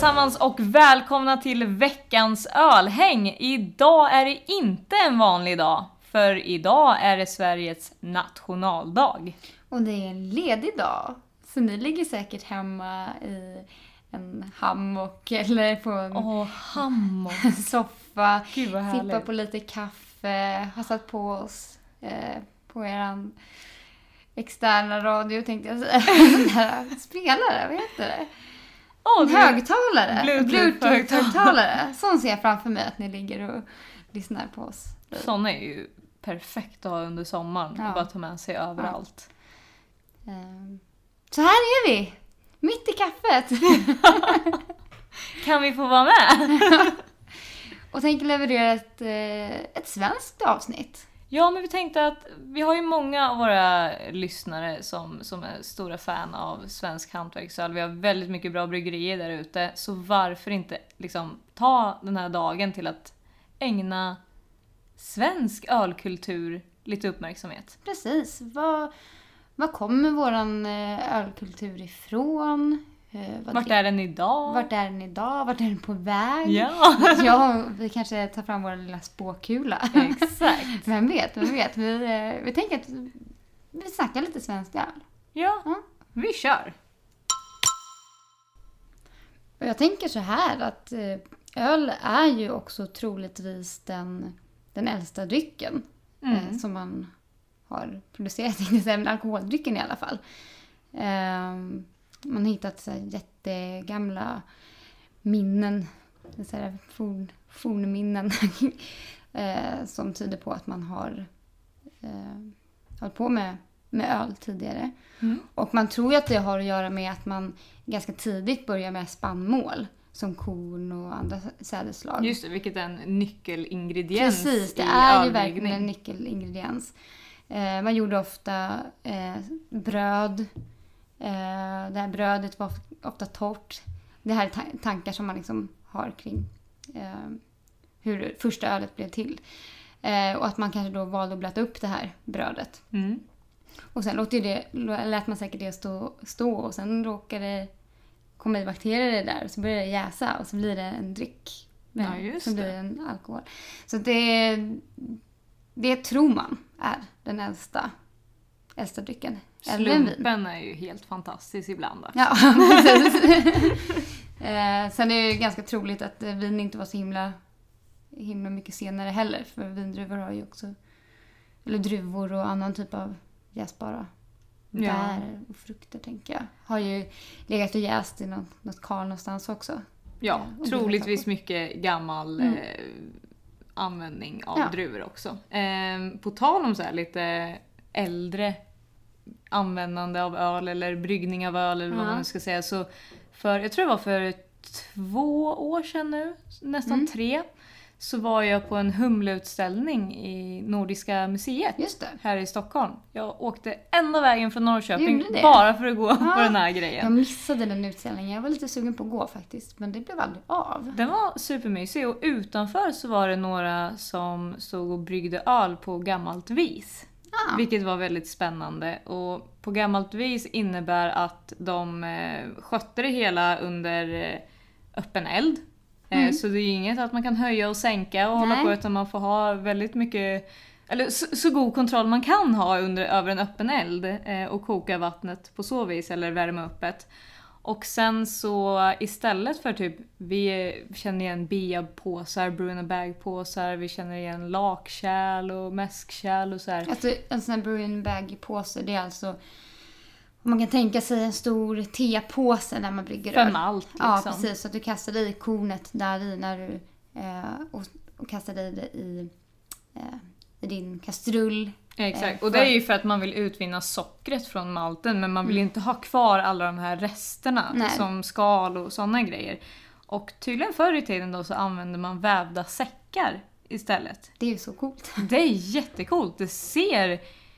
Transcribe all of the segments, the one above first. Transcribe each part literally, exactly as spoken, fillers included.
allesammans och välkomna till veckans ölhäng. Idag är det inte en vanlig dag, för idag är det Sveriges nationaldag. Och det är en ledig dag, så ni ligger säkert hemma i en hammock eller på en Åh, hammock. soffa. Gud vad härligt. Sippar på lite kaffe, har satt på oss eh, på eran externa radio, tänkte jag säga. Den här spelare, vad heter det? Oh, en högtalare. Bluetooth-högtalare. Sån ser jag framför mig att ni ligger och lyssnar på oss. Sån är ju perfekt att ha under sommaren. Ja. Bara ta med sig överallt. Ja. Um, så här är vi. Mitt i kaffet. Kan vi få vara med? Och tänker leverera ett, ett svenskt avsnitt. Ja, men vi tänkte att vi har ju många av våra lyssnare som, som är stora fan av svensk hantverksöl. Vi har väldigt mycket bra bryggerier där ute. Så varför inte liksom ta den här dagen till att ägna svensk ölkultur lite uppmärksamhet? Precis. Vad, vad kommer våran ölkultur ifrån? Vad vart är den idag? Vart är den idag? Vart är den på väg? Ja, ja vi kanske tar fram vår lilla spåkula. Exakt. Vem vet, vem vet. Vi, vi tänker att vi snackar lite svensk öl. Ja, ja, vi kör. Och jag tänker så här att öl är ju också troligtvis den, den äldsta drycken mm. eh, som man har producerat. Inte en alkoholdrycken i alla fall. Um, Man har hittat så här jättegamla minnen, så här forn, fornminnen eh, som tyder på att man har eh, hållit på med, med öl tidigare. Mm. Och man tror ju att det har att göra med att man ganska tidigt börjar med spannmål som korn och andra sädesslag. Just det, vilket är en nyckelingrediens. Precis, det i är ju verkligen en nyckelingrediens. Eh, man gjorde ofta eh, bröd. Uh, det här brödet var ofta torrt. Det här är ta- tankar som man liksom har kring uh, hur första ölet blev till. Uh, och att man kanske då valde att blöta upp det här brödet. Mm. Och sen låter det, lät man säkert det stå, stå och sen råkade det komma i bakterier där och så börjar det jäsa och så blir det en dryck. Ja, just så det. blir det en alkohol. Så det, det tror man är den äldsta, äldsta drycken. Slumpen är ju helt fantastisk ibland. Alltså. Ja, precis. eh, sen är det ju ganska troligt att vin inte var så himla, himla mycket senare heller. För vindruvor har ju också, eller druvor och annan typ av jäsbara bär ja. och frukter tänker jag. Har ju legat och jäst i något, något kal någonstans också. Ja, ja troligtvis mycket gammal mm. eh, användning av ja. druvor också. Eh, på tal om så här lite äldre användande av öl eller bryggning av öl eller vad ja. man ska säga, så för, jag tror det var för två år sedan nu, nästan mm. tre, så var jag på en humleutställning i Nordiska museet. Just det. Här i Stockholm. Jag åkte ända vägen från Norrköping bara för att gå ja. på den här grejen. Jag missade den utställningen. Jag var lite sugen på att gå faktiskt, men det blev aldrig av. Den var supermysig och utanför så var det några som stod och bryggde öl på gammalt vis. Ah. Vilket var väldigt spännande. Och på gammalt vis innebär att de eh, skötte det hela under eh, öppen eld. Mm. Eh, så det är ju inget att man kan höja och sänka och Nej. hålla på, utan man får ha väldigt mycket, eller så, så god kontroll man kan ha under, över en öppen eld eh, och koka vattnet på så vis eller värma upp det. Och sen så istället för typ, vi känner igen biapåsar, Bruno Bag-påsar, vi känner igen lakkärl och mäskkärl och så här. Alltså en sån här Bruno Bag-påse, det är alltså, man kan tänka sig en stor tepåse när man brygger öl. För malt liksom. Ja, precis, så att du kastar i kornet där i när du, eh, och, och kastar i det i, eh, i din kastrull. Exakt, och det är ju för att man vill utvinna sockret från malten, men man vill mm. inte ha kvar alla de här resterna Nej. som skal och sådana grejer. Och tydligen förr i tiden då så använde man vävda säckar istället. Det är ju så coolt. Det är jättecoolt, det ser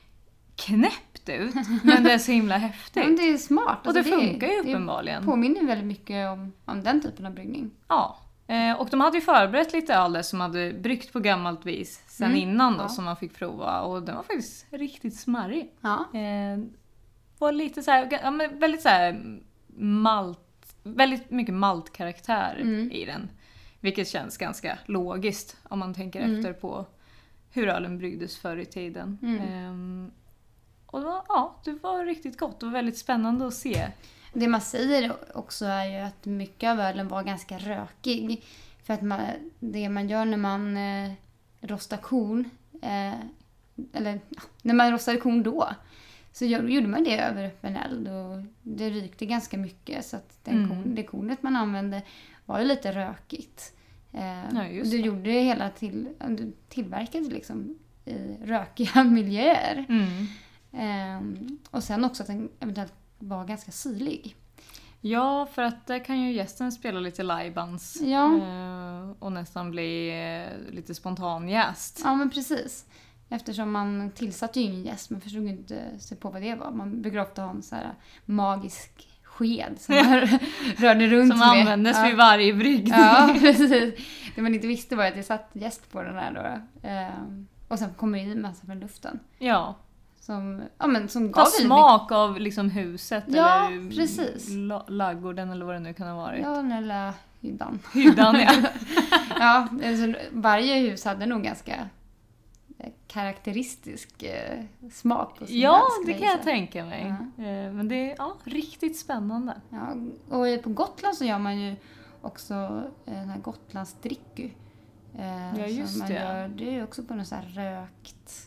knäppt ut, men det är så himla häftigt. Men det är smart. Och det, alltså det funkar ju uppenbarligen. Det påminner väldigt mycket om, om den typen av bryggning. Ja. Och de hade ju förberett lite öl där som hade bryggt på gammalt vis sen mm. innan då, ja. som man fick prova. Och den var faktiskt riktigt smarrig. Ja. Eh, var lite så här, ja, men väldigt så här malt väldigt mycket maltkaraktär Mm. i den. Vilket känns ganska logiskt om man tänker Mm. efter på hur ölen bryggdes förr i tiden. Mm. Ehm, och det var, ja, det var riktigt gott och väldigt spännande att se. Det man säger också är ju att mycket av ölen var ganska rökig. För att man, det man gör när man eh, rostar korn, eh, eller ja, när man rostade korn då, så gör, gjorde man det över öppen eld och det rykte ganska mycket. Så att den Mm. korn, det kornet man använde var ju lite rökigt. Eh, Ja, just du det. gjorde det hela till, du tillverkade liksom i rökiga miljöer. Mm. Eh, och sen också att den eventuellt var ganska syrlig. Ja, för att där kan ju gästen spela lite lajbans Ja. eh, och nästan bli eh, lite spontanjäst. Ja, men precis. Eftersom man tillsatte ju ingen jäst, man förstod inte sig på vad det var. Man brukar ofta ha en så här magisk sked som man rörde runt Som med. användes ja. vid varje bryggning. Ja, precis. Det man inte visste var att det satt jäst på den här då. Ehm, och sen kommer det i massa från luften. Ja. Som, ja, men som Ta gav väldigt smak av liksom huset Ja, eller precis. la- laggården eller vad det nu kan ha varit. mycket. Ja, den där lilla hyddan. Hyddan, ja. Ja, alltså, varje hus hade nog ganska eh, karaktäristisk eh, smak. Och Ja, svensk det kan jag grej, så. tänka mig. Eh, Men det är ja, riktigt spännande. Ja, och på Gotland så gör man ju också eh, den här Gotlandsdricku. Eh, Ja, just som man det. Gör, det är ju också på något så här rökt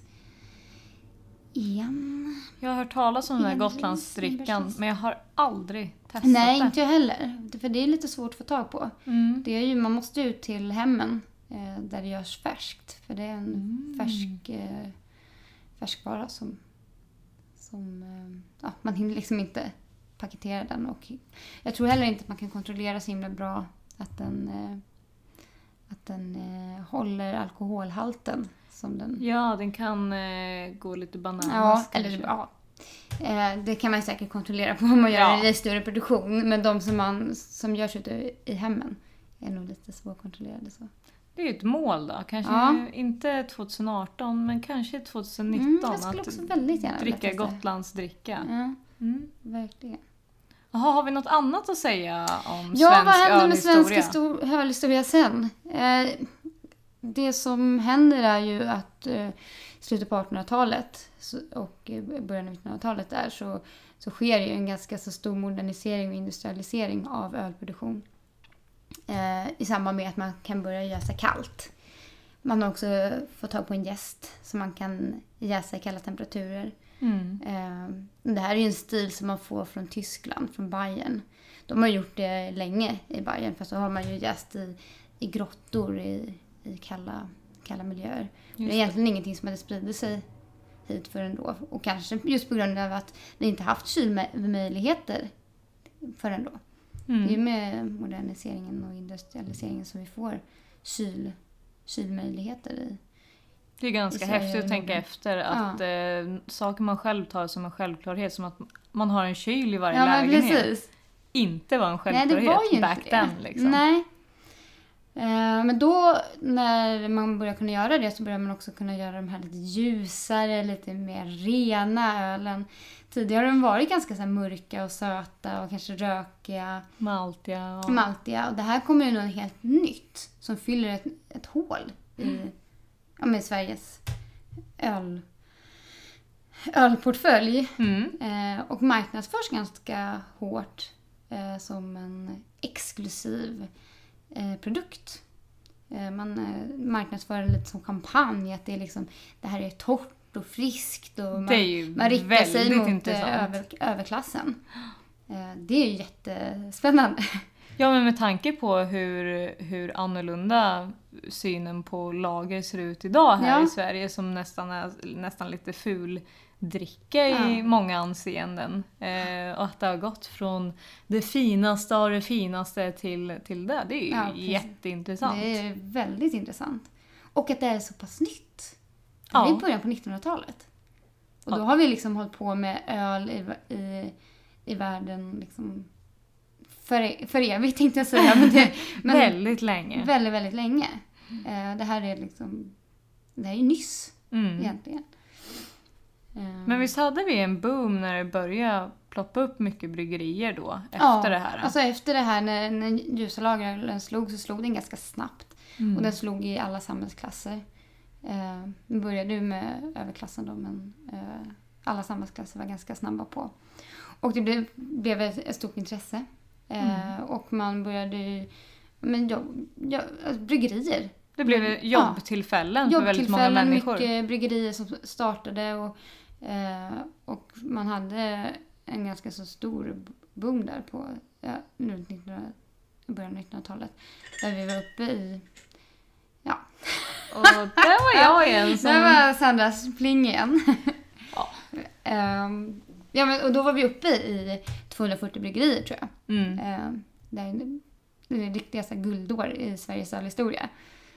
en. Jag har hört talas om den här Enris, Gotlandsdrickan, precis. men jag har aldrig testat Nej, det. inte jag heller. För det är lite svårt att få tag på. Mm. Det är ju, man måste ut till hemmen eh, där det görs färskt. För det är en Mm. färsk, eh, färskvara som, som eh, ja, man hinner liksom inte paketera den. Och jag tror heller inte att man kan kontrollera så himla bra att den, eh, att den eh, håller alkoholhalten som den... Ja, den kan eh, gå lite bananas. Ja, kanske. eller ja. Eh, det kan man säkert kontrollera på om man gör Ja. en lite större produktion. Men de som, man, som görs ute i hemmen är nog lite svårkontrollerade. Så. Det är ju ett mål då. Kanske Ja. inte tjugoarton, men kanske tjugonitton. Mm, jag skulle att också väldigt gärna vilja dricka testa. Gotlandsdricka. Ja, Mm. verkligen. Jaha, har vi något annat att säga om Ja, svensk vad händer med svensk ölhistoria? histo- ölhistoria sen? Eh, det som händer är ju att eh, slutet på artonhundratalet så, och eh, början av nittonhundratalet där så, så sker ju en ganska så stor modernisering och industrialisering av ölproduktion. Eh, I samband med att man kan börja jäsa kallt. Man har också fått tag på en jäst som man kan jäsa i kalla temperaturer. Mm. Eh, det här är ju en stil som man får från Tyskland, från Bayern. De har gjort det länge i Bayern, fast så har man ju jäst i, i grottor i, i kalla, kalla miljöer. Det är det. egentligen ingenting som hade spridit sig hit förrän då. Och kanske just på grund av att vi inte haft kylmöjligheter förrän då. Mm. Det är ju med moderniseringen och industrialiseringen som vi får kyl, kylmöjligheter i. Det är ganska i Sverige häftigt att och tänka Norden. efter att eh, saker man själv tar som en självklarhet, som att man har en kyl i varje Ja, men lägenhet, precis. inte var en Nej, självklarhet det var ju inte back det. then. Liksom. Nej. Eh, men då när man börjar kunna göra det så börjar man också kunna göra de här lite ljusare, lite mer rena ölen. Tidigare har de varit ganska så här mörka och söta och kanske rökiga, Maltiga. Och... maltiga. Och det här kommer ju något helt nytt som fyller ett, ett hål i ja, med Sveriges öl, ölportfölj. Mm. Eh, och marknadsförs ganska hårt eh, som en exklusiv eh, produkt. Eh, man eh, marknadsför det lite som champagne, att det, är liksom, det här är torrt och friskt och man, Det är ju man riktar sig väldigt mot intressant. eh, över, överklassen. Eh, det är ju jättespännande. Ja, men med tanke på hur, hur annorlunda synen på lager ser ut idag här Ja. i Sverige, som nästan är nästan lite ful dricka i Ja. många anseenden. Eh, och att det har gått från det finaste av det finaste till, till det. Det är ju Ja, precis. jätteintressant. Det är väldigt intressant. Och att det är så pass nytt. Det Ja. är i början på nittonhundratalet. Och då Ja. har vi liksom hållit på med öl i, i, i världen liksom för, för evigt, tänkte jag säga. Men det, men väldigt länge. väldigt, väldigt länge. Eh, det här är liksom, det här är ju nyss Mm. egentligen. Men visst hade vi en boom när det började ploppa upp mycket bryggerier då? Efter ja, det här? Alltså efter det här när, när ljusalagaren slog så slog den ganska snabbt. Mm. Och den slog i alla samhällsklasser. Eh, vi började ju med överklassen då, men eh, alla samhällsklasser var ganska snabba på. Och det blev, blev ett stort intresse. Eh, mm. Och man började ju, men jobb, jobb, alltså bryggerier. Det blev jobbtillfällen ja. för väldigt många människor. Mycket bryggerier som startade och, eh, och man hade en ganska så stor boom där på ja, runt nittonhundra, början av nittonhundratalet. Där vi var uppe i, ja. Och där var jag igen. Som... Där var Sandra Pling igen. Ja. um, ja men, och då var vi uppe i tvåhundrafyrtio bryggerier tror jag. Mm. Um, det är det är riktiga så här, guldår i Sveriges ölhistoria.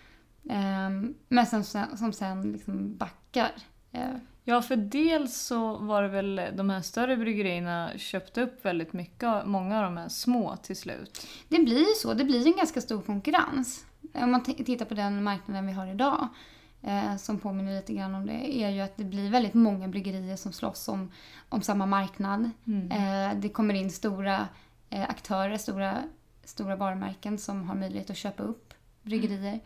Um, men som, som sen liksom backar. Uh, Ja, för dels så var det väl de här större bryggerierna köpte upp väldigt mycket, många av de här små till slut. Det blir ju så, det blir en ganska stor konkurrens. Om man t- tittar på den marknaden vi har idag, eh, som påminner lite grann om det, är ju att det blir väldigt många bryggerier som slåss om, om samma marknad. Mm. Eh, det kommer in stora eh, aktörer, stora, stora varumärken som har möjlighet att köpa upp bryggerier.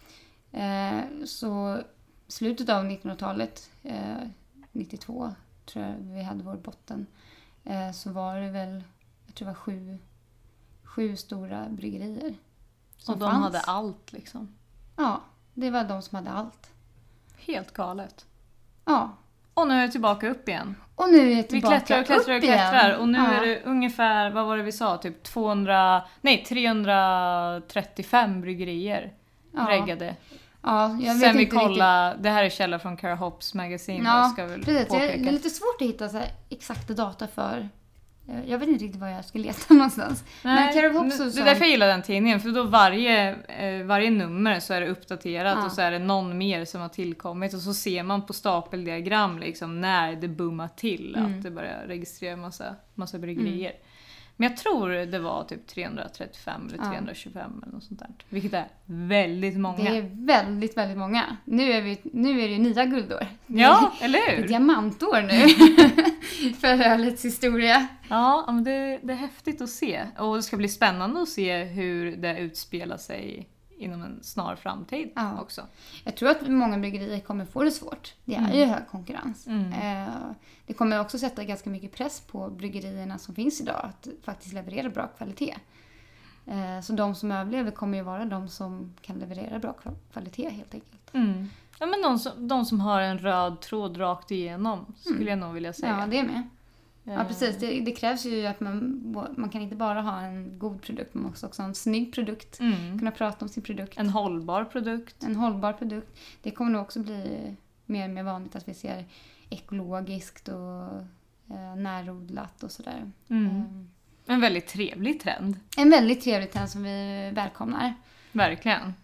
Eh, så slutet av nittonhundratalet, eh, nittiotvå tror jag vi hade vår botten, eh, så var det väl, jag tror det var sju, sju stora bryggerier. Och de fanns. Hade allt liksom? Ja, det var de som hade allt. Helt galet. Ja. Och nu är jag tillbaka upp igen. Och nu är jag tillbaka vi klättrar och klättrar och klättrar. Igen. Och nu ja. är det ungefär, vad var det vi sa? Typ tvåhundra, nej trehundratrettiofem bryggerier ja. reggade. Ja, jag vet Sen vi inte kolla, riktigt. Det här är källa från Cara Hops Magazine. Ja, ska väl precis. Det är lite svårt att hitta så här exakta data för. Jag vet inte riktigt vad jag ska leta någonstans. Nej, men Cara Hops det är så... därför jag gillar den tidningen. För då varje, eh, varje nummer så är det uppdaterat ja. Och så är det någon mer som har tillkommit. Och så ser man på stapeldiagram liksom när det boomar till. Mm. Att det börjar registrera massa, massa bryggerier. Mm. Men jag tror det var typ trehundratrettiofem eller trehundratjugofem ja. Eller något sånt där. Vilket är väldigt många. Det är väldigt, väldigt många. Nu är, vi, nu är det nya guldår. Ja, eller hur? Det är diamantår nu. För ölets historia. Ja, men det, det är häftigt att se. Och det ska bli spännande att se hur det utspelar sig inom en snar framtid ja. Också. Jag tror att många bryggerier kommer få det svårt. Det är mm. ju hög konkurrens. Mm. Eh, det kommer också sätta ganska mycket press på bryggerierna som finns idag att faktiskt leverera bra kvalitet. Eh, så de som överlever kommer ju vara de som kan leverera bra kvalitet helt enkelt. Mm. Ja, men de som, de som har en röd tråd rakt igenom skulle mm. jag nog vilja säga. Ja, det är med. Ja, precis. Det, det krävs ju att man, man kan inte bara ha en god produkt, man måste också ha en snygg produkt. Mm. Kunna prata om sin produkt. En hållbar produkt. En hållbar produkt. Det kommer nog också bli mer och mer vanligt att vi ser ekologiskt och eh, närodlat och sådär. Mm. Um, en väldigt trevlig trend. En väldigt trevlig trend som vi välkomnar. Verkligen.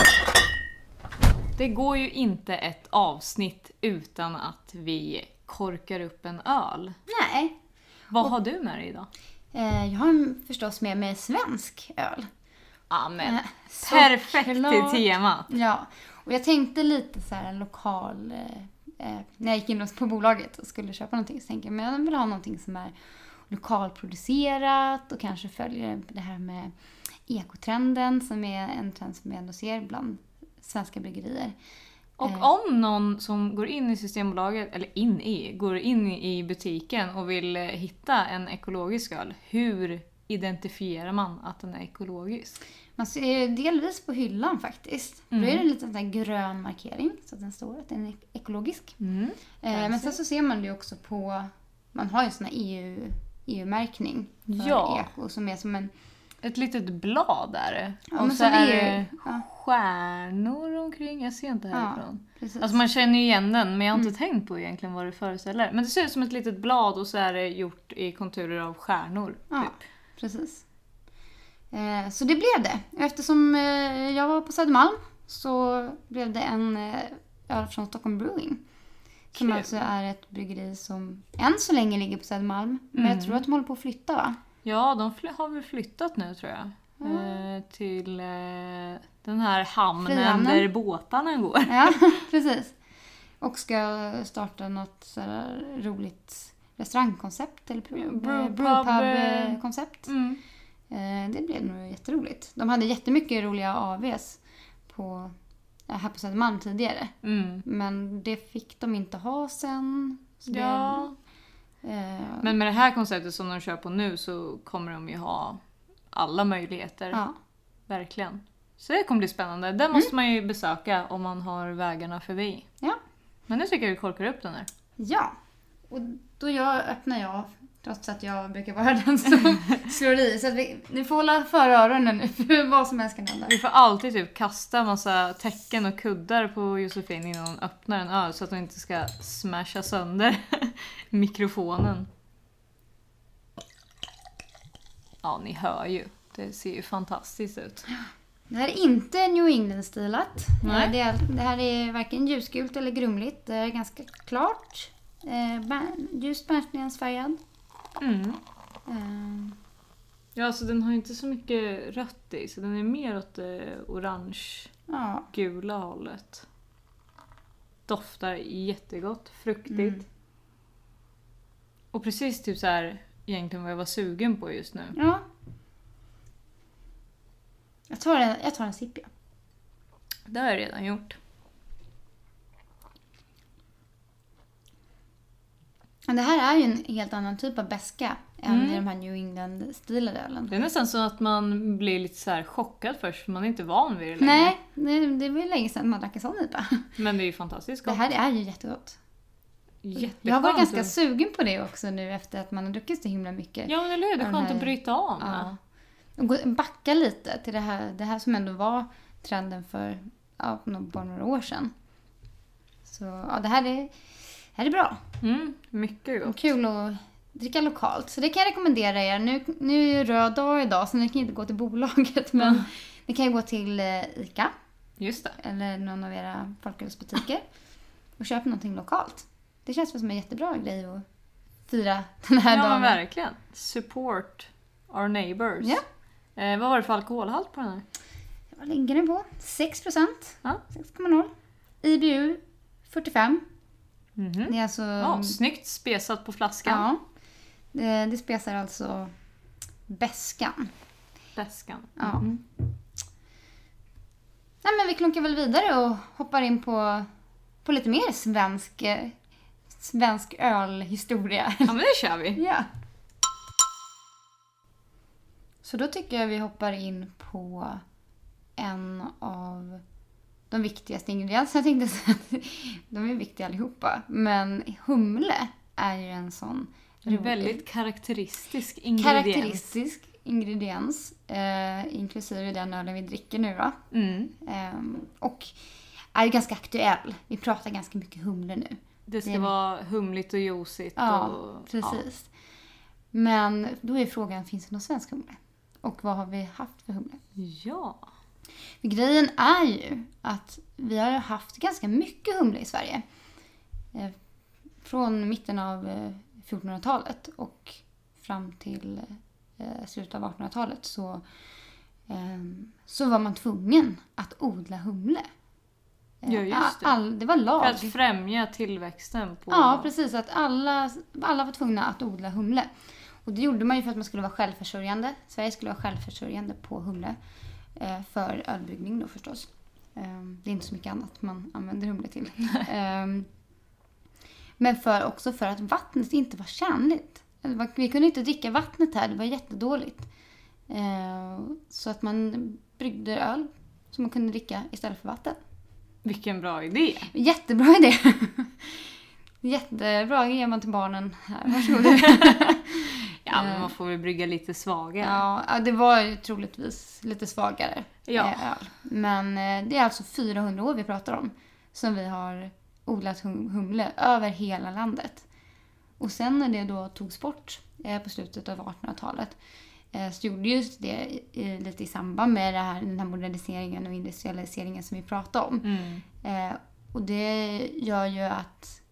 Det går ju inte ett avsnitt utan att vi korkar upp en öl. Nej. Vad och, har du med dig idag? Eh, jag har förstås med mig svensk öl. Ja, men eh, perfekt till temat. Ja, och jag tänkte lite så här lokal... Eh, när jag gick in på bolaget och skulle köpa någonting så tänkte jag, men jag vill ha någonting som är lokalproducerat och kanske följer det här med ekotrenden som är en trend som vi ändå ser bland svenska bryggerier. Och om någon som går in i Systembolaget, eller in i, går in i butiken och vill hitta en ekologisk öl, hur identifierar man att den är ekologisk? Man ser delvis på hyllan faktiskt. Mm. Då är det en liten sån här grön markering så att den står att den är ekologisk. Mm. Eh, men sen så ser man det också på, man har ju en sån här E U, E U-märkning för ja. eko som är som en... Ett litet blad där. Ja, och så är det ja. stjärnor omkring. Jag ser inte härifrån. Ja, alltså man känner ju igen den, men jag har inte mm. tänkt på egentligen vad det föreställer. Men det ser ut som ett litet blad och så är det gjort i konturer av stjärnor. Ja, typ. precis. Eh, så det blev det. Eftersom eh, jag var på Södermalm så blev det en eh, öl från Stockholm Brewing. Som Kul. Alltså är ett bryggeri som än så länge ligger på Södermalm. Mm. Men jag tror att de håller på att flytta, va? Ja, de fly- har väl flyttat nu tror jag. Mm. Eh, till eh, den här hamnen Frihamnen. Där båtarna går. Ja, precis. Och ska starta något så här roligt restaurangkoncept eller brewpub-koncept. Mm. Det blev nog jätteroligt. De hade jättemycket roliga A Vs på, här på Södermalm tidigare. Mm. Men det fick de inte ha sen. Så ja. Det, eh... Men med det här konceptet som de kör på nu så kommer de ju ha alla möjligheter. Ja. Verkligen. Så det kommer bli spännande. Den måste mm. man ju besöka om man har vägarna förbi. Ja. Men nu tycker jag vi korkar upp den här. Ja. Och då jag öppnar jag, trots att jag brukar vara den som slår i. Så att vi, ni får hålla för öronen nu för vad som helst kan hända. Vi får alltid typ kasta massa tecken och kuddar på Josefin innan hon öppnar en öl så att hon inte ska smasha sönder mikrofonen. Ja, ni hör ju. Det ser ju fantastiskt ut. Det här är inte New England-stilat. Nej. Det, är, det här är varken ljusgult eller grumligt. Det är ganska klart. Eh, bär, ljust bärnstensfärgad. Mm. Eh. Ja, alltså den har inte så mycket rött i. Så den är mer åt det orange-gula ja. hållet. Doftar jättegott. Fruktigt. Mm. Och precis typ så här egentligen vad jag var sugen på just nu. Ja. Jag tar en, jag tar en sipp, ja. Det har jag redan gjort. Men det här är ju en helt annan typ av beska än Mm. i de här New England-stilade ölen. Det är nästan så att man blir lite så här chockad först för man är inte van vid det längre. Nej, det, det var ju länge sedan man drack en sån I P A. Men det är ju fantastiskt gott. Det här är ju jättegott. Jätteskönt. Jag har varit ganska sugen på det också nu efter att man har druckit så himla mycket. Ja, men eller hur? Det är skönt här... att bryta av. Ja. Och gå, backa lite till det här, det här som ändå var trenden för ja, bara några år sedan. Så ja, det här är, det här är bra. Mm, mycket gott. Och kul att dricka lokalt. Så det kan jag rekommendera er. Nu, nu är det röd dag idag så ni kan inte gå till bolaget. Men mm. ni kan ju gå till ICA. Just det. Eller någon av era folkölsbutiker. Och köpa någonting lokalt. Det känns som en jättebra grej att fira den här ja, dagen. Ja, men verkligen. Support our neighbors. Ja. Eh, vad var det för alkoholhalt på den här? Vad ligger den på? sex procent. Ja. sex komma noll. I B U fyrtiofem. Mm-hmm. Det är alltså... Ja, snyggt spesat på flaskan. Ja. Det, det spesar alltså beskan. Beskan. Ja. Mm. Nej, men vi klunkar väl vidare och hoppar in på, på lite mer svensk, svensk ölhistoria. Ja, men det kör vi. Ja. Så då tycker jag vi hoppar in på en av de viktigaste ingredienserna. Jag tänkte säga att de är viktiga allihopa. Men humle är ju en sån en rolig, väldigt karaktäristisk ingrediens. Karaktäristisk ingrediens. Eh, inklusive den ölen vi dricker nu då. Mm. Eh, och är ju ganska aktuell. Vi pratar ganska mycket humle nu. Det ska det är... vara humligt och juicigt. Ja, och... precis. Ja. Men då är frågan, finns det någon svensk humle? Och vad har vi haft för humle? Ja. För grejen är ju att vi har haft ganska mycket humle i Sverige. Eh, från mitten av eh, fjortonhundratalet och fram till eh, slutet av artonhundratalet så, eh, så var man tvungen att odla humle. Eh, ja, just det. All, det var lag. För att främja tillväxten på... Ja, precis. Att alla, alla var tvungna att odla humle. Och det gjorde man ju för att man skulle vara självförsörjande. Sverige skulle vara självförsörjande på humle. Eh, för ölbryggning då förstås. Eh, det är inte så mycket annat man använder humle till. eh, men för, också för att vattnet inte var tjänligt. Vi kunde inte dricka vattnet här, det var jättedåligt. Eh, så att man bryggde öl som man kunde dricka istället för vatten. Vilken bra idé. Jättebra idé. Jättebra ger man till barnen här. Varsågod. Ja, men man får väl brygga lite svagare. Ja, det var ju troligtvis lite svagare ja. öl. Men det är alltså fyrahundra år vi pratar om som vi har odlat humle över hela landet. Och sen när det då togs bort på slutet av artonhundratalet så gjorde just det lite i samband med det här, den här moderniseringen och industrialiseringen som vi pratade om. Mm. Och det gör ju att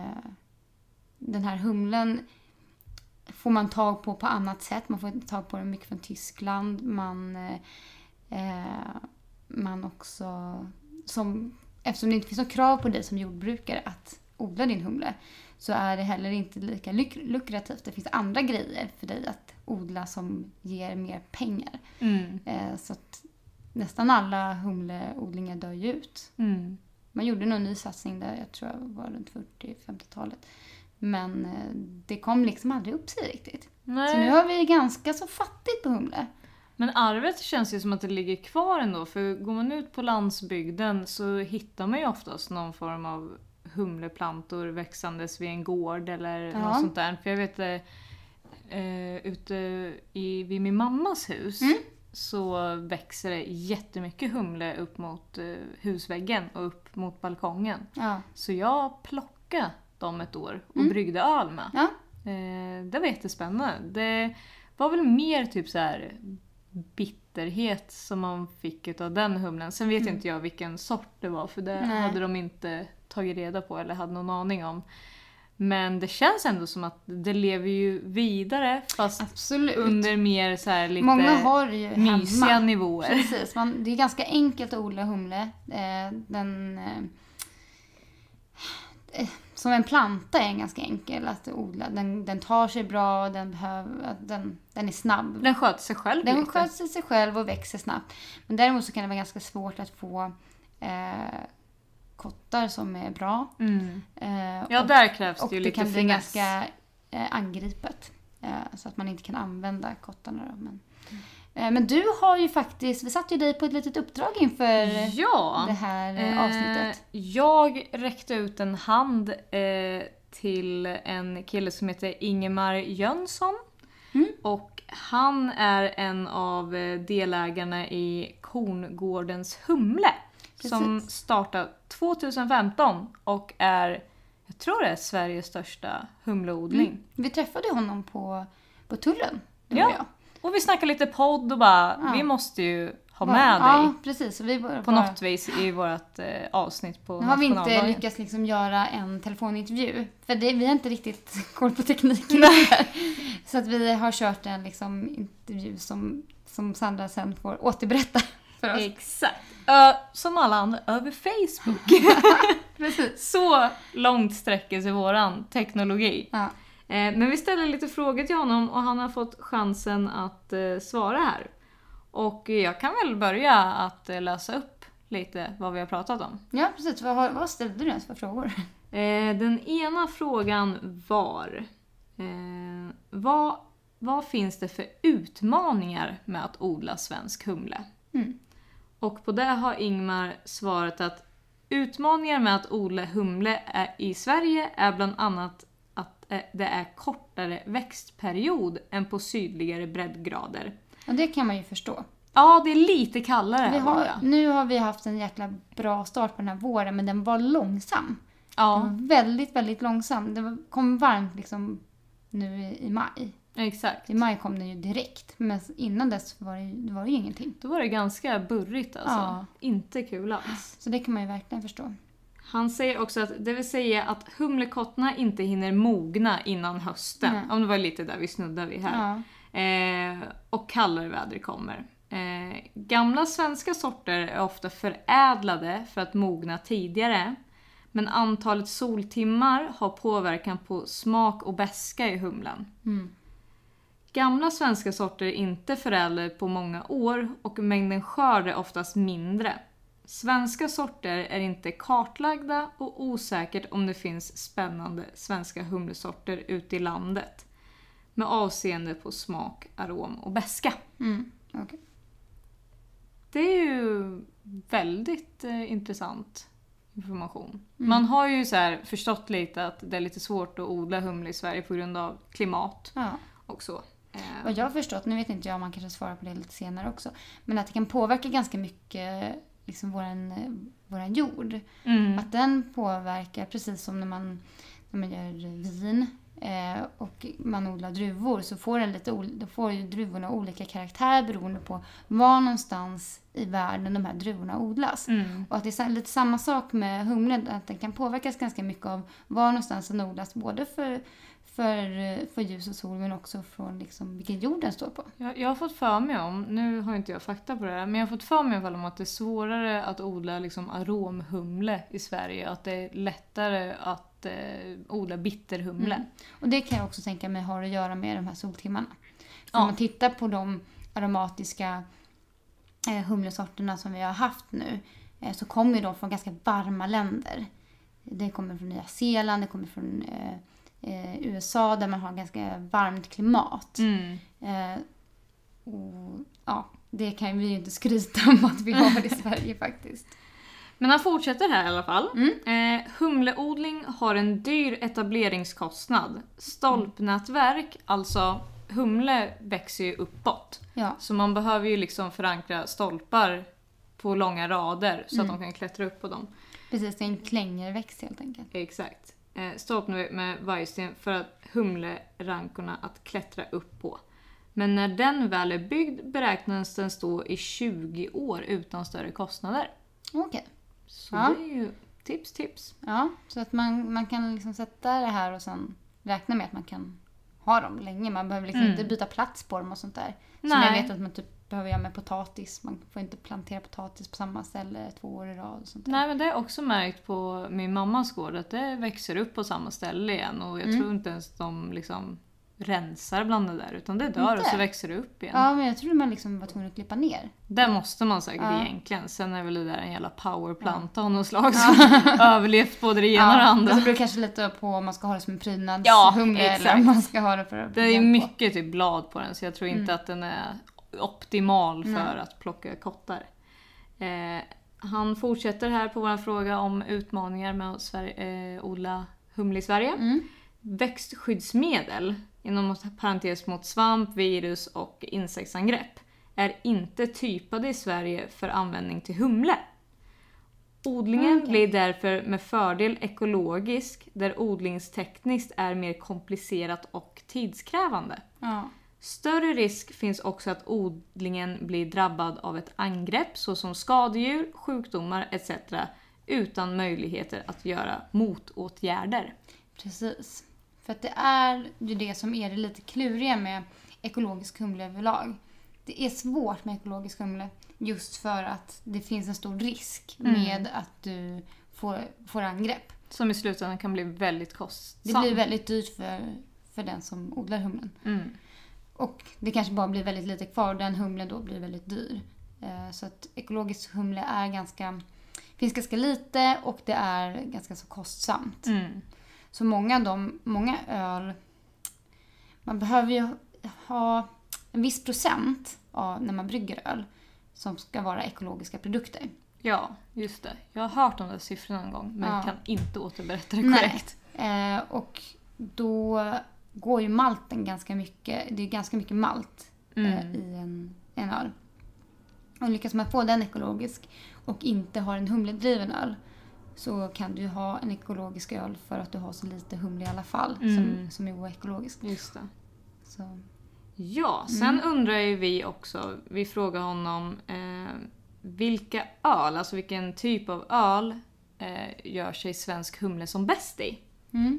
den här humlen får man tag på på annat sätt. Man får tag på den mycket från Tyskland. Man, eh, man också, som eftersom det inte finns något krav på dig som jordbrukare att odla din humle, så är det heller inte lika luk- lukrativt. Det finns andra grejer för dig att odla som ger mer pengar. Mm. Eh, så att nästan alla humleodlingar dör ju ut. Mm. Man gjorde någon ny satsning där, jag tror jag var runt fyrtio-femtiotalet. Men eh, det kom liksom aldrig upp sig riktigt. Nej. Så nu har vi ganska så fattigt på humle. Men arvet känns ju som att det ligger kvar ändå. För går man ut på landsbygden så hittar man ju oftast någon form av humleplantor växandes vid en gård eller Ja. något sånt där. För jag vet eh, ute i, vid min mammas hus Mm. så växer det jättemycket humle upp mot eh, husväggen och upp mot balkongen. Ja. Så jag plockade dem ett år och Mm. bryggde öl med. Ja. Eh, det var jättespännande. Det var väl mer typ så här bitterhet som man fick utav den humlen. Sen vet Mm. inte jag vilken sort det var, för det Nej. hade de inte tagit reda på eller hade någon aning om. Men det känns ändå som att det lever ju vidare, fast Absolut. under mer så här lite Många har det ju mysiga hemma. nivåer. Precis, man, det är ganska enkelt att odla humle. Eh, den, eh, eh, som en planta är den ganska enkel att odla. Den, den tar sig bra, den, behöver, den, den är snabb. Den sköter sig själv Den lite. sköter sig själv och växer snabbt. Men däremot så kan det vara ganska svårt att få eh, kottar som är bra. Mm. Eh, Ja, och, där krävs och det ju det lite kan bli finess. ganska eh, angripet. Eh, så att man inte kan använda kottarna. Då. Men, eh, men du har ju faktiskt, vi satte ju dig på ett litet uppdrag inför Ja. det här eh, Eh, avsnittet. Jag räckte ut en hand eh, till en kille som heter Ingemar Jönsson. Mm. Och han är en av eh, delägarna i Korngårdens Humle. Precis. Som startade tjugohundrafemton och är, jag tror det är Sveriges största humleodling. Mm. Vi träffade honom på, på tullen, du Ja. och jag. Och vi snackade lite podd och bara, Ja. vi måste ju ha Bara- med Ja, dig precis. Så vi bara, på något vis i vårt eh, avsnitt på Nu har vi inte nationaldagen. lyckats liksom göra en telefonintervju. För det, vi har inte riktigt koll på tekniken. Där. Så att vi har kört en liksom intervju som, som Sandra sen får återberätta för oss. Exakt. Uh, som alla andra över Facebook. Precis. Så långt sträcker sig våran teknologi. Ja. Eh, men vi ställer lite frågor till honom och han har fått chansen att eh, svara här. Och jag kan väl börja att eh, läsa upp lite vad vi har pratat om. ja, precis. Vad, har- vad ställde du ens för frågor? Eh, den ena frågan var eh, vad, vad finns det för utmaningar med att odla svensk humle? Mm. Och på det har Ingmar svarat att utmaningar med att odla humle är, i Sverige är bland annat att eh, det är kortare växtperiod än på sydligare breddgrader. Och det kan man ju förstå. Ja, det är lite kallare Vi här har, bara. nu har vi haft en jäkla bra start på den här våren, men den var långsam. Den Ja, var väldigt, väldigt långsam. Det var, kom varmt liksom nu i, i maj. exakt. I maj kom den ju direkt. Men innan dess var det, ju- det var ju ingenting. Då var det ganska burrigt alltså. Ja. Inte kul alls. Så det kan man ju verkligen förstå. Han säger också att det vill säga att humlekottna inte hinner mogna innan hösten. Nej. Om det var lite där vi snuddade vid här. Ja. Eh, och kallare väder kommer. Eh, gamla svenska sorter är ofta förädlade för att mogna tidigare. Men antalet soltimmar har påverkan på smak och beska i humlen. Mm. Gamla svenska sorter är inte förädlade på många år och mängden skörd är oftast mindre. Svenska sorter är inte kartlagda och osäkert om det finns spännande svenska humlesorter ute i landet. Med avseende på smak, arom och beska. Mm. Okej. Det är ju väldigt eh, intressant information. Mm. Man har ju så här förstått lite att det är lite svårt att odla humle i Sverige på grund av klimat Ja. och så. Eh, Vad jag har förstått, nu vet inte jag om man kanske svarar på det lite senare också, men att det kan påverka ganska mycket liksom våran, eh, våran jord. mm. Att den påverkar, precis som när man, när man gör vin eh, och man odlar druvor, så får, den lite, ol- då får ju druvorna olika karaktär beroende på var någonstans i världen de här druvorna odlas. Mm. Och att det är sa- lite samma sak med humlen, att den kan påverkas ganska mycket av var någonstans den odlas, både för, för, för ljus och sol, men också från liksom vilken jord den står på. Jag, jag har fått för mig om, nu har inte jag fakta på det här, men jag har fått för mig i alla fall om att det är svårare att odla liksom aromhumle i Sverige. Att det är lättare att eh, odla bitterhumle. Mm. Och det kan jag också tänka mig har att göra med de här soltimmarna. För Ja. om man tittar på de aromatiska eh, humlesorterna som vi har haft nu, eh, så kommer de från ganska varma länder. Det kommer från Nya Zeeland, det kommer från eh, eh, U S A där man har ganska varmt klimat. Mm. Eh, och, ja, det kan vi ju inte skryta om att vi har i Sverige faktiskt. Men han fortsätter här i alla fall. Mm. Eh, humleodling har en dyr etableringskostnad. Stolpnätverk, alltså humle växer ju uppåt. Ja. Så man behöver ju liksom förankra stolpar på långa rader så Mm. att de kan klättra upp på dem. Precis, det är en klängerväxt helt enkelt. Exakt. Eh, stolpnätverk med vajsten för att humlerankorna att klättra upp på. Men när den väl är byggd beräknas den stå i tjugo år utan större kostnader. Okej. Så Ja. det är ju tips, tips. Ja, så att man, man kan liksom sätta det här och sen räkna med att man kan ha dem länge. Man behöver liksom Mm. inte byta plats på dem och sånt där. Som Nej. jag vet att man typ behöver göra med potatis. Man får inte plantera potatis på samma ställe två år i rad och sånt där. Nej, men det har jag också märkt på min mammas gård att det växer upp på samma ställe igen. Och jag Mm. tror inte ens de liksom rensar bland det där, utan det dör Inte? och så växer det upp igen. Ja, men jag trodde man liksom var tvungen att klippa ner. Det måste man säkert Ja. egentligen. Sen är väl det där en jävla powerplanta av någon slag som överlevt både det ena och det andra. Så det beror kanske lite på om man ska ha det som en prydnadshumle Ja, eller exakt. om man ska ha det för att Det är ju på. mycket typ blad på den, så jag tror inte Mm. att den är optimal för Nej. att plocka kottar. Eh, han fortsätter här på vår fråga om utmaningar med att Sverige, eh, odla humle i Sverige. Mm. Växtskyddsmedel, inom parentes mot svamp, virus och insektsangrepp, är inte typade i Sverige för användning till humle. Odlingen Okej. blir därför med fördel ekologisk, där odlingstekniskt är mer komplicerat och tidskrävande. Ja. Större risk finns också att odlingen blir drabbad av ett angrepp såsom skadedjur, sjukdomar et cetera utan möjligheter att göra motåtgärder. Precis. För att det är ju det som är det lite kluriga med ekologisk humle överlag. Det är svårt med ekologisk humle just för att det finns en stor risk Mm. med att du får, får angrepp. Som i slutändan kan bli väldigt Det kostsamt. blir väldigt dyrt för, för den som odlar humlen. Mm. Och det kanske bara blir väldigt lite kvar och den humlen då blir väldigt dyr. Eh, Så att ekologisk humle är ganska, finns ganska lite och det är ganska så kostsamt. Mm. Så många, av dem, många öl, man behöver ju ha en viss procent av, när man brygger öl som ska vara ekologiska produkter. Ja, just det. Jag har hört de där siffrorna en gång, men Ja. kan inte återberätta det Nej. korrekt. Eh, och då går ju malten ganska mycket, det är ganska mycket malt eh, Mm. i en, en öl. Och lyckas man få den ekologisk och inte har en humledriven öl så kan du ha en ekologisk öl för att du har så lite humle i alla fall Mm. som, som är oekologisk. Just det. Så. Ja, sen undrar ju vi också, vi frågar honom eh, vilka öl, alltså vilken typ av öl eh, gör sig svensk humle som bäst i? Mm.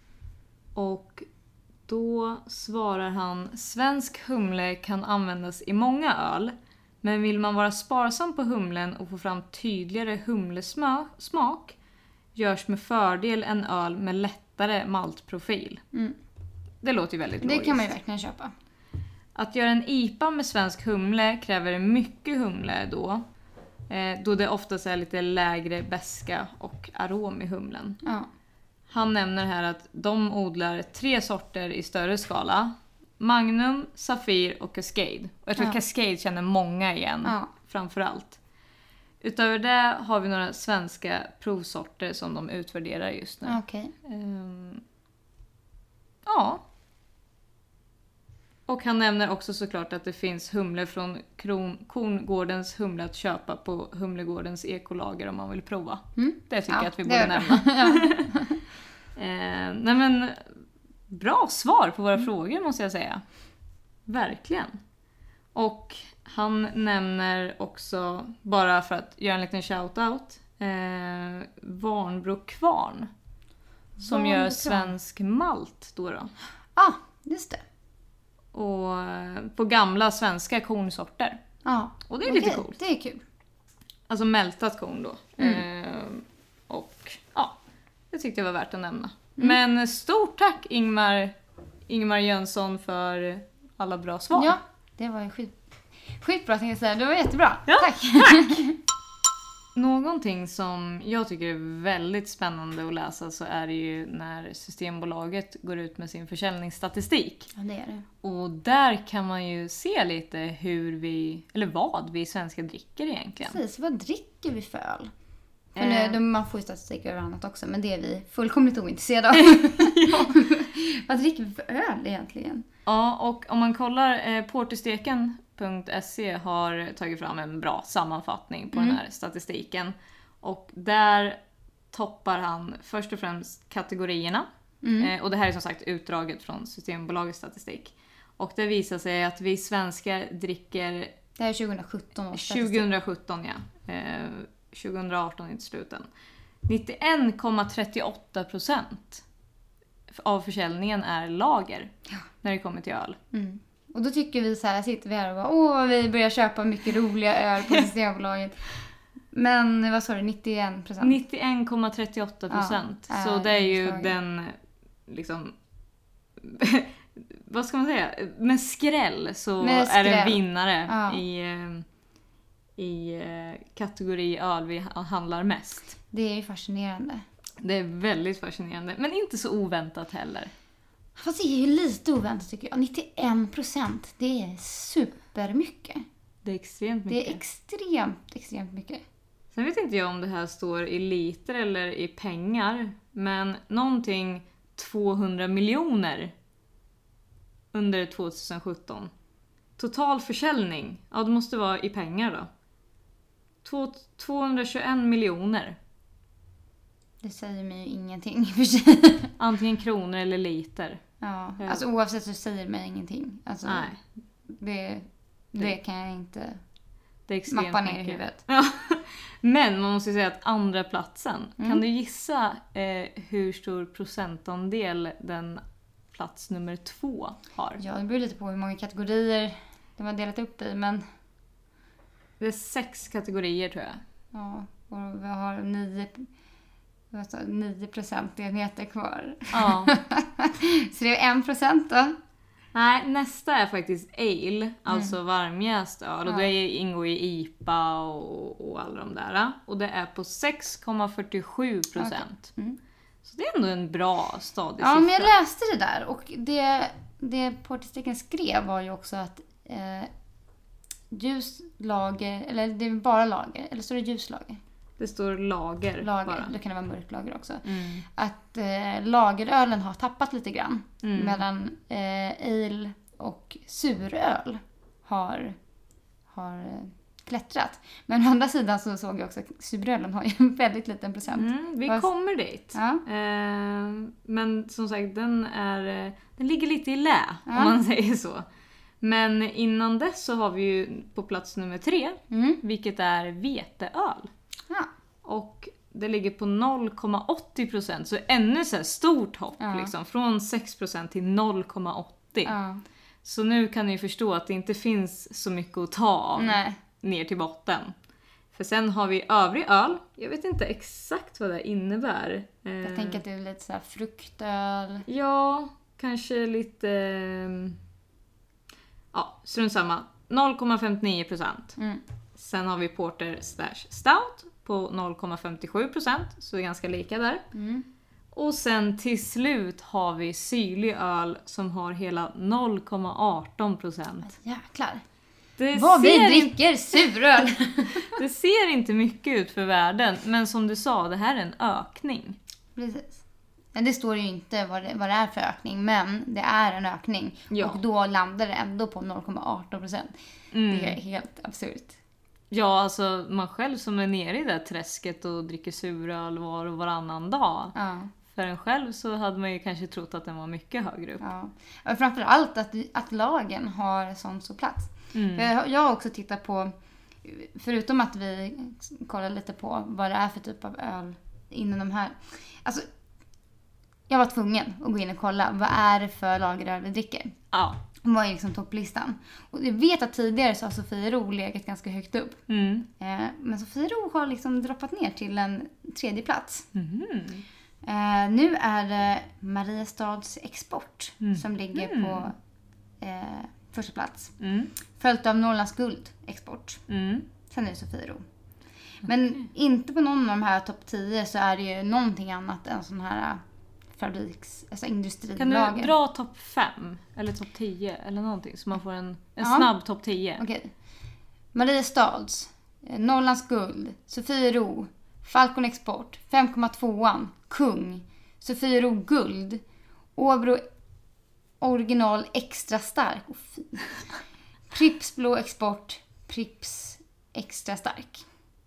Och då svarar han, svensk humle kan användas i många öl, men vill man vara sparsam på humlen och få fram tydligare humlesmak görs med fördel en öl med lättare maltprofil. Mm. Det låter ju väldigt Det logiskt. kan man ju verkligen köpa. Att göra en I P A med svensk humle kräver mycket humle då. Eh, då det oftast är lite lägre beska och arom i humlen. Ja. Han nämner här att de odlar tre sorter i större skala. Magnum, Safir och Cascade. Och jag tror Ja. att Cascade känner många igen, Ja. framförallt. Utöver det har vi några svenska provsorter som de utvärderar just nu. Okej. Ehm, ja. Och han nämner också såklart att det finns humle från Kron, Korngårdens humle att köpa på Humlegårdens ekolager om man vill prova. Mm. Det tycker Ja, jag att vi det borde är bra. nämna. eh, nej men, bra svar på våra frågor måste jag säga. Verkligen. Och han nämner också, bara för att göra en liten shoutout, eh, Varnbro kvarn. som Vanlig gör tran. svensk malt då då. Ja, ah, just det. Och på gamla svenska kornsorter. Ja. Och det är Okej, lite coolt. Det är kul. Alltså mältat korn då. Mm. Eh, och ja, det tyckte jag var värt att nämna. Mm. Men stort tack Ingmar, Ingmar Jönsson för alla bra svar. Ja, det var ju skit, skitbra tänkte jag säga. Det var jättebra. Ja, Tack. Någonting som jag tycker är väldigt spännande att läsa så är det ju när Systembolaget går ut med sin försäljningsstatistik. Ja, det är det. Och där kan man ju se lite hur vi, eller vad vi svenskar dricker egentligen. Precis, vad dricker vi för öl? För Eh. nu, man får ju statistik över annat också, men det är vi fullkomligt ointresserade av. Ja. Vad dricker vi för öl egentligen? Ja, och om man kollar, eh, portersteken punkt se har tagit fram en bra sammanfattning på Mm. den här statistiken. Och där toppar han först och främst kategorierna. Mm. Eh, och det här är som sagt utdraget från Systembolagets statistik. Och det visar sig att vi svenskar dricker Det här är tjugohundrasjutton års statistik. tjugohundrasjutton, ja. Eh, tjugohundraarton är inte sluten. nittioen komma trettioåtta procent av försäljningen är lager Ja. när det kommer till öl. Mm. Och då tycker vi så här, sitter vi här och bara, åh, vi börjar köpa mycket roliga öl på Systembolaget. Men vad sa du, nittioen procent? nittioen komma trettioåtta procent. Ja, så är det är ju utslaget. den liksom vad ska man säga? Med skräll så Med är det en skräll. vinnare Ja. i, eh, i eh, kategori öl vi handlar mest. Det är ju fascinerande. Det är väldigt fascinerande, men inte så oväntat heller. Fast det är ju lite oväntat tycker jag. nittioen procent, det är supermycket. Det är extremt mycket. Det är extremt, extremt mycket. Sen vet inte jag om det här står i liter eller i pengar, men någonting tvåhundra miljoner under tjugosjutton. Total försäljning, ja det måste vara i pengar då. Två- tvåhundratjugoen miljoner. Det säger mig ju ingenting i och för sig. Antingen kronor eller liter. Ja, Ja. alltså oavsett så säger det mig ingenting. Alltså, Nej, det, det kan jag inte det är extremt mappa ner i mycket. huvudet. Ja. Men man måste ju säga att andra platsen. Mm. Kan du gissa eh, hur stor procentandel den plats nummer två har? Ja, det beror lite på hur många kategorier de har delat upp i, men Det är sex kategorier tror jag. ja, och vi har nio, vad sa, nio procentenheter kvar. Ja. Så det är en procent då. Nej, nästa är faktiskt ale, alltså varmjäst öl. Och Ja. det ingår i I P A och, och alla de där. Och det är på sex komma fyrtiosju procent. Mm. Så det är ändå en bra stadig Ja, men jag siffra. läste det där och det, det portsteken skrev var ju också att eh, ljuslager, eller det är bara lager, eller så är det ljuslager? Det står lager, Lager, bara. då kan det vara mörklager också. Mm. Att eh, lagerölen har tappat lite grann. Mm. Medan eh, ale och suröl har, har eh, klättrat. Men å andra sidan så såg jag också att surölen har ju en väldigt liten procent. Mm, vi Fast- kommer dit. Ja. Eh, men som sagt, den, är, eh, den ligger lite i lä, Ja. om man säger så. Men innan dess så har vi ju på plats nummer tre, Mm. vilket är veteöl. Ja. Och det ligger på noll komma åttio procent, så ännu så här stort hopp Ja. liksom, från sex procent till noll komma åttio. Ja. Så nu kan ni förstå att det inte finns så mycket att ta av Nej. ner till botten. För sen har vi övrig öl. Jag vet inte exakt vad det innebär. Jag Eh, tänker att det är lite så här fruktöl. Ja, kanske lite... eh, Ja, strunt samma. noll komma femtionio procent. Mm. Sen har vi porter slash stout på noll komma femtiosju procent. Så det är ganska lika där. Mm. Och sen till slut har vi syrlig öl som har hela noll komma arton procent. Jäklar. Det Vad vi ser, in, dricker suröl. det ser inte mycket ut för världen. Men som du sa, det här är en ökning. Precis. Men det står ju inte vad det, vad det är för ökning, men det är en ökning. Ja. Och då landar det ändå på noll komma arton procent. Mm. Det är helt absurt. Ja, alltså man själv som är nere i det där träsket och dricker suröl var och varannan dag. Ja. För en själv så hade man ju kanske trott att den var mycket högre upp. Ja. Och framförallt att, att lagen har sån så plats. Mm. För jag, jag har också tittat på, förutom att vi kollar lite på vad det är för typ av öl inom de här. Alltså, jag var tvungen att gå in och kolla. Vad är det för lageröl vi dricker? Ja. Vad är liksom topplistan? Och jag vet att tidigare så har Sofiero legat ganska högt upp. Mm. Eh, men Sofiero har liksom droppat ner till en tredje plats. Mm. Eh, nu är det Mariestads Export Mm. som ligger Mm. på eh, första plats. Mm. Följt av Norrlands Guld Export. Mm. Sen är det Sofiero. Men inte på någon av de här topp tio så är det ju någonting annat än sån här fabriks, alltså industrilager. Kan du dra topp fem eller topp tio eller någonting så man får en, en Ja. snabb topp tio? Okej. Okay. Mariestads, eh, Norrlands Guld, Sofiero, Falcon Export, fem komma tvåan, Kung, Sofiero Guld, Åbro Original Extra Stark, oh, fy. Pripps Blå Export, Pripps Extra Stark.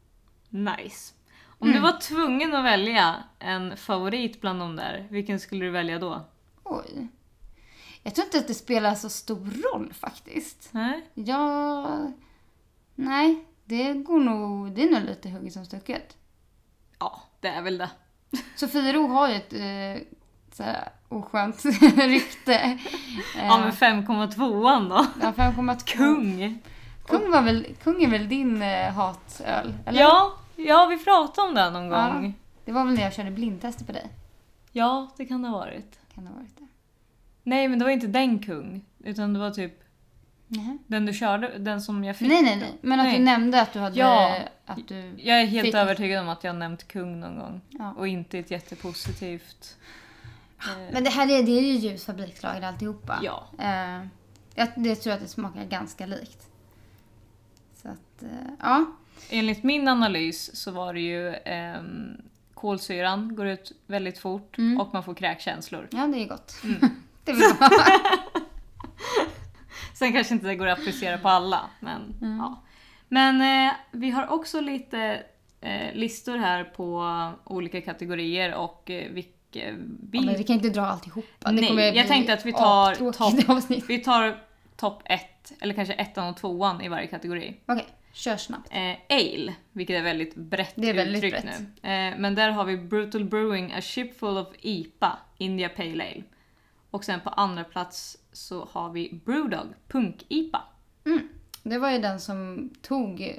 Nice. Om Mm. du var tvungen att välja en favorit bland de där, vilken skulle du välja då? Oj. Jag tror inte att det spelar så stor roll faktiskt. Nej? Ja, nej, det går nog, det är nog lite hugget som stucket. Ja, det är väl det. Sofiero har ju ett eh, så här oskönt rykte. Eh, Ja, men fem komma tvåan då? ja, fem komma två. Kung! Kung, var väl, Kung är väl din eh, hatöl? Eller? Ja, ja, vi pratade om det någon Ja. gång. Det var väl när jag körde blindtester på dig. Ja, det kan det ha varit. Kan det ha varit det? Nej, men det var inte den Kung. Utan det var typ Nej. den du körde, den som jag fick. Nej, nej, nej. Men att Nej. du nämnde att du hade... Ja. Att du... Jag är helt Fick- övertygad om att jag har nämnt Kung någon gång. Ja. Och inte ett jättepositivt. Eh, Men det här är, det är ju ljus fabrikslager alltihopa. Ja. Eh, jag, det tror jag att det smakar ganska likt. Så att, eh, ja. Enligt min analys så var det ju ehm, kolsyran går ut väldigt fort Mm. och man får kräkkänslor. Ja, det är gott. Mm. det vill man. Sen kanske inte det går att applicera på alla. Men, Mm. ja. men eh, vi har också lite eh, listor här på olika kategorier och eh, vilka vi... Ja, men vi kan inte dra alltihopa. Det Nej, kommer jag bli tänkte att vi tar aptråkigt topp- avsnitt. Vi tar topp ett, eller kanske ettan och tvåan i varje kategori. Okej, kör snabbt. Eh, ale, vilket är väldigt brett Det är väldigt uttryck brett. nu. Eh, men där har vi Brutal Brewing, A Ship Full of I P A, India Pale Ale. Och sen på andra plats så har vi Brewdog, Punk-I P A. Mm. Det var ju den som tog,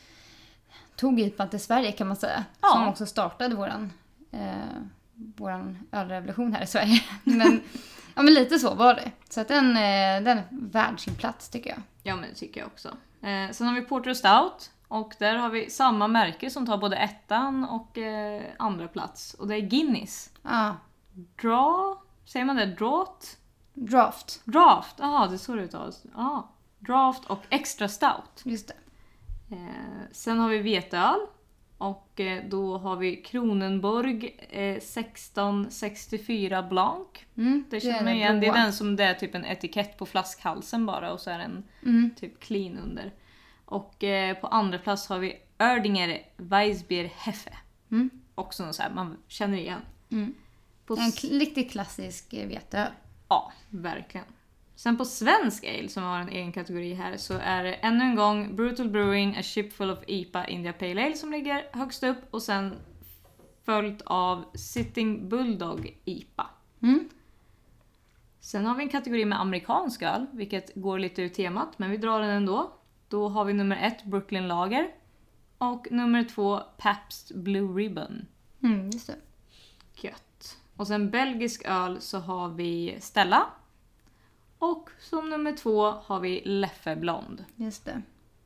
tog I P A till Sverige kan man säga. Ja. Som också startade våran, eh, våran ölrevolution här i Sverige. Men, ja, men lite så var det. Så att den, eh, den är värd sin plats tycker jag. Ja, men det tycker jag också. Eh, sen har vi Porter och Stout. Och där har vi samma märke som tar både ettan och eh, andra plats. Och det är Guinness. Ah, Draw, säger man det? Draught? draft, Draft, jaha det är så det uttalas. Ja, Draft och Extra Stout. just det. Eh, sen har vi veteöl. Och eh, då har vi Kronenborg eh, sexton sextiofyra Blanc. Mm, Det är känner den man igen. Det är blåa. den som det är typ en etikett på flaskhalsen bara. Och så är den Mm. typ clean under. Och eh, på andra plats har vi Erdinger Weissbier Heffe. Mm. Också något så här man känner igen. Mm. På En s- k- riktigt klassisk eh, veteöl. Ja, verkligen. Sen på svensk ale som har en egen kategori här så är det ännu en gång Brutal Brewing, A Ship Full of I P A, India Pale Ale som ligger högst upp och sen följt av Sitting Bulldog I P A. Mm. Sen har vi en kategori med amerikansk öl, vilket går lite ur temat, men vi drar den ändå. Då har vi nummer ett Brooklyn Lager och nummer två Pabst Blue Ribbon. Mm, just det. Gött. Och sen belgisk öl så har vi Stella. Och som nummer två har vi Leffe Blond. Just det.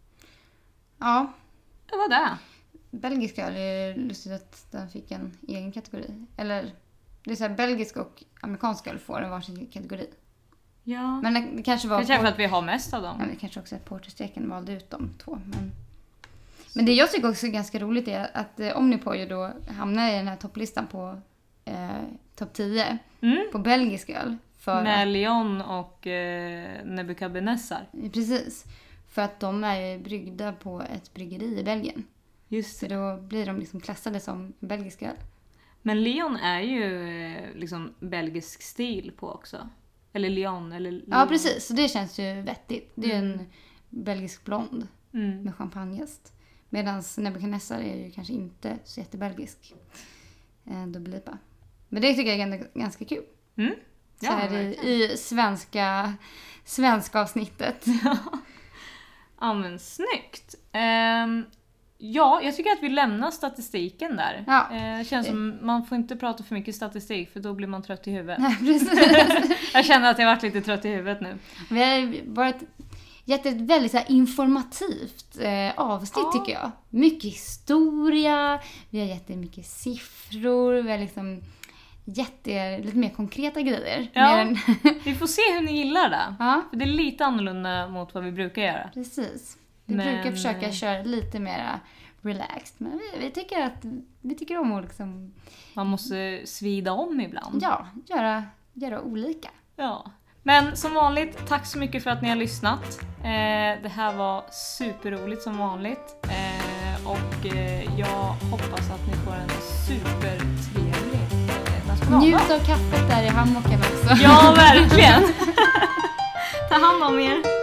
Ja, Det var det. belgisk öl är lustigt att den fick en egen kategori. Eller, det är så här, belgisk och amerikansk öl får en varsin kategori. Ja. Men det, det kanske var... Kanske för att vi har mest av Ja, dem. det kanske också att Porterstreken valde ut de två. Men, men det jag tycker också är ganska roligt är att eh, Omnipollo då hamnar i den här topplistan på eh, topp tio Mm. på belgisk öl. För Med Lyon och eh, Nebuchadnezzar. att, precis. För att de är ju bryggda på ett bryggeri i Belgien. Just Så det. då blir de liksom klassade som belgisk öl. Men Lyon är ju eh, liksom belgisk stil på också. Eller Lyon eller Lyon. Ja, precis. Så det känns ju vettigt. Det är ju Mm. en belgisk blond Mm. med champagnejäst. Medan Nebuchadnezzar är ju kanske inte så jättebelgisk. Eh, Dubbel-I P A. Men det tycker jag är ganska kul. Mm. Ja, så här i, i svenska, svenska avsnittet. Ja, men snyggt. Um, ja, jag tycker att vi lämnar statistiken där. Ja. Det uh, känns som man får inte prata för mycket statistik för då blir man trött i huvudet. Nej, precis. Jag känner att jag har varit lite trött i huvudet nu. Vi har varit gett ett väldigt så här, informativt eh, avsnitt ja. tycker jag. Mycket historia, vi har gett mycket siffror, vi har liksom gett er lite mer konkreta grejer. Ja, mer än... vi får se hur ni gillar det. Ja. För det är lite annorlunda mot vad vi brukar göra. Precis. Vi Men... brukar försöka köra lite mer relaxed. Men vi, vi tycker att vi tycker om att liksom... Man måste svida om ibland. Ja, göra, göra olika. Ja. Men som vanligt, tack så mycket för att ni har lyssnat. Eh, det här var superroligt som vanligt. Eh, och eh, jag hoppas att ni får en supertrevlig eh, nationaldag. Njut av kaffet där i hammocken också. Ja, verkligen. Ta hand om er.